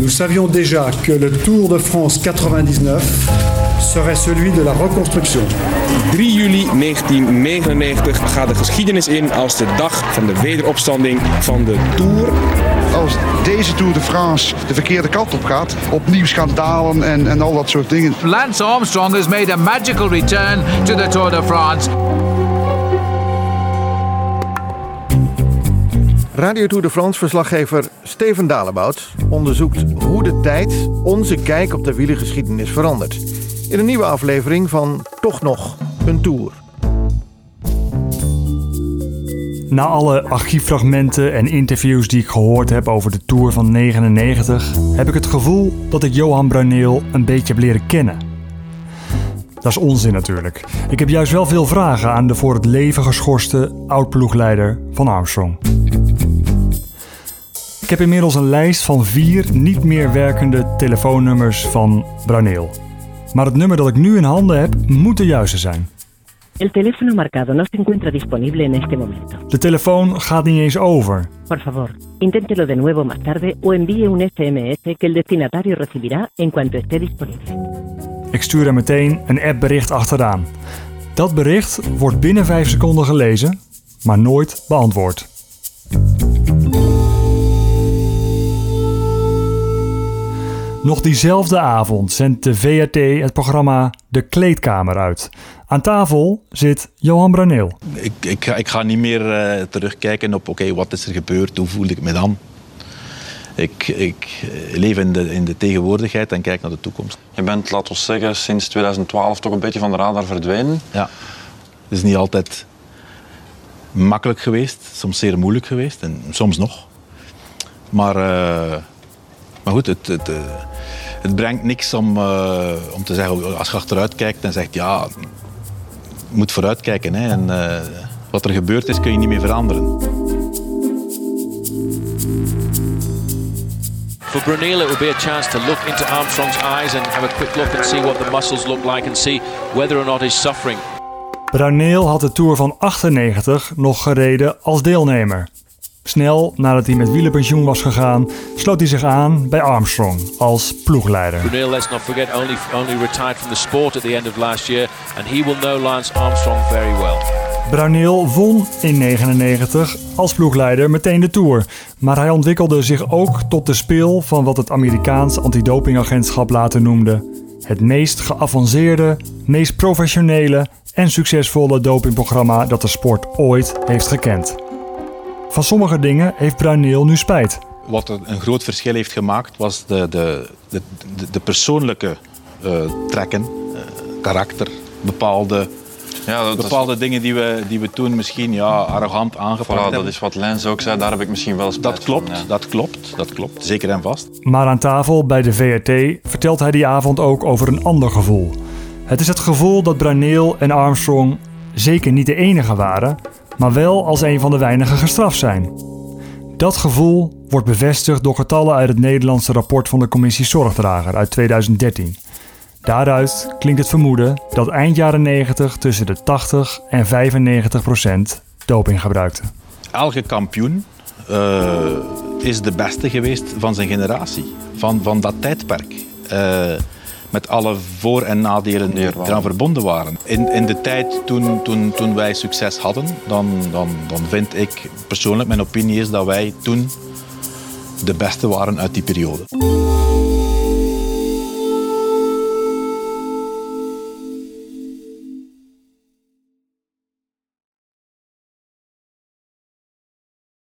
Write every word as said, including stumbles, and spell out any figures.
Nous savions déjà que le Tour de France negenennegentig serait celui de la reconstruction. drie juli negentien negenennegentig gaat de geschiedenis in als de dag van de wederopstanding van de Tour. Als deze Tour de France de verkeerde kant op gaat, opnieuw schandalen en, en al dat soort dingen. Lance Armstrong has made a magical return to the Tour de France. Radio Tour de France-verslaggever Steven Dalebout onderzoekt hoe de tijd onze kijk op de wielergeschiedenis verandert. In een nieuwe aflevering van Toch nog een Tour. Na alle archieffragmenten en interviews die ik gehoord heb over de Tour van negenennegentig... heb ik het gevoel dat ik Johan Bruyneel een beetje heb leren kennen. Dat is onzin natuurlijk. Ik heb juist wel veel vragen aan de voor het leven geschorste oud-ploegleider van Armstrong. Ik heb inmiddels een lijst van vier niet meer werkende telefoonnummers van Bruyneel. Maar het nummer dat ik nu in handen heb, moet de juiste zijn. El teléfono marcado no se encuentra disponible en este momento. De telefoon gaat niet eens over. Por favor, inténtelo de nuevo más tarde o envíe un S M S que el destinatario recibirá en cuanto esté disponible. Ik stuur er meteen een appbericht achteraan. Dat bericht wordt binnen vijf seconden gelezen, maar nooit beantwoord. Nog diezelfde avond zendt de V R T het programma De Kleedkamer uit. Aan tafel zit Johan Bruyneel. Ik, ik, ga, ik ga niet meer uh, terugkijken op oké, okay, wat is er gebeurd, hoe voelde ik me dan. Ik, ik leef in de, in de tegenwoordigheid en kijk naar de toekomst. Je bent, laten we zeggen, sinds twintig twaalf toch een beetje van de radar verdwenen. Ja, het is niet altijd makkelijk geweest, soms zeer moeilijk geweest en soms nog. Maar, uh, maar goed, het, het, uh, het brengt niks om, uh, om te zeggen, als je achteruit kijkt en zegt ja, je moet vooruitkijken. Hè, en uh, wat er gebeurd is kun je niet meer veranderen. For Bruyneel, it will be a chance to look into Armstrong's eyes and have a quick look and see what the muscles look like and see whether or not he's suffering. Bruyneel had de Tour van achtennegentig nog gereden als deelnemer. Snel nadat hij met wielerpensioen was gegaan, sloot hij zich aan bij Armstrong als ploegleider. Bruyneel, let's not forget, only, only retired from the sport at the end of last year and he will know Lance Armstrong very well. Bruyneel won in negenennegentig als ploegleider meteen de Tour. Maar hij ontwikkelde zich ook tot de spil van wat het Amerikaans antidopingagentschap later noemde het meest geavanceerde, meest professionele en succesvolle dopingprogramma dat de sport ooit heeft gekend. Van sommige dingen heeft Bruyneel nu spijt. Wat een groot verschil heeft gemaakt was de, de, de, de persoonlijke uh, trekken, uh, karakter, bepaalde... Ja, dat Bepaalde is... dingen die we, die we toen misschien ja, arrogant aangepakt voilà, hebben. Dat is wat Lens ook zei, daar heb ik misschien wel spijt dat klopt, van. Ja. Dat klopt, dat klopt, zeker en vast. Maar aan tafel bij de V R T vertelt hij die avond ook over een ander gevoel. Het is het gevoel dat Bruyneel en Armstrong zeker niet de enige waren, maar wel als een van de weinigen gestraft zijn. Dat gevoel wordt bevestigd door getallen uit het Nederlandse rapport van de Commissie Zorgdrager uit tweeduizend dertien. Daaruit klinkt het vermoeden dat eind jaren negentig tussen de tachtig en vijfennegentig procent doping gebruikte. Elke kampioen uh, is de beste geweest van zijn generatie, van, van dat tijdperk. Uh, met alle voor- en nadelen die eraan verbonden waren. In, in de tijd toen, toen, toen wij succes hadden, dan, dan, dan vind ik persoonlijk, mijn opinie is dat wij toen de beste waren uit die periode.